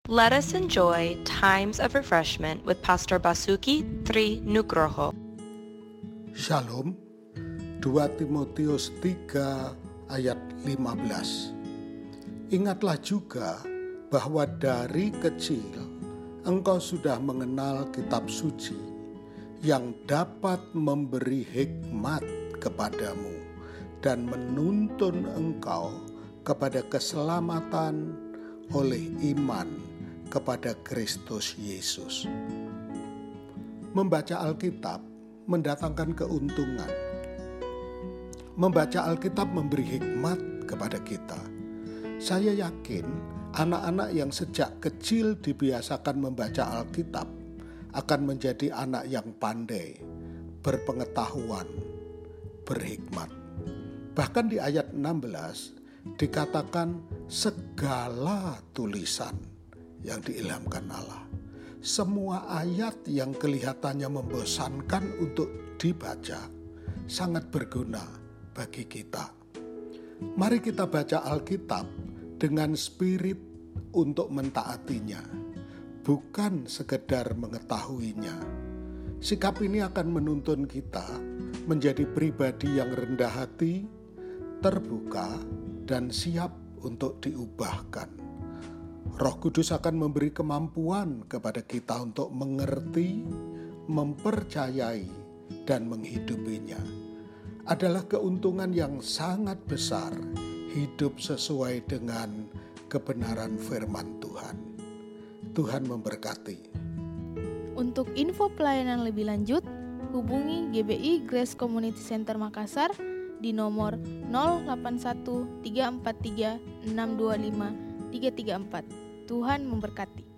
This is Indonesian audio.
Let us enjoy times of refreshment with Pastor Basuki Tri Nugroho. Shalom, 2 Timotius 3 ayat 15. Ingatlah juga bahwa dari kecil engkau sudah mengenal kitab suci yang dapat memberi hikmat kepadamu dan menuntun engkau kepada keselamatan oleh iman kepada Kristus Yesus. Membaca Alkitab mendatangkan keuntungan. Membaca Alkitab memberi hikmat kepada kita. Saya yakin anak-anak yang sejak kecil dibiasakan membaca Alkitab akan menjadi anak yang pandai, berpengetahuan, berhikmat. Bahkan di ayat 16 dikatakan segala tulisan yang diilhamkan Allah. Semua ayat yang kelihatannya membosankan untuk dibaca sangat berguna bagi kita. Mari kita baca Alkitab dengan spirit untuk mentaatinya, bukan sekedar mengetahuinya. Sikap ini akan menuntun kita menjadi pribadi yang rendah hati, terbuka, dan siap untuk diubahkan. Roh Kudus akan memberi kemampuan kepada kita untuk mengerti, mempercayai, dan menghidupinya. Adalah keuntungan yang sangat besar hidup sesuai dengan kebenaran firman Tuhan. Tuhan memberkati. Untuk info pelayanan lebih lanjut, hubungi GBI Grace Community Center Makassar di nomor 081 343 625 334. Tuhan memberkati.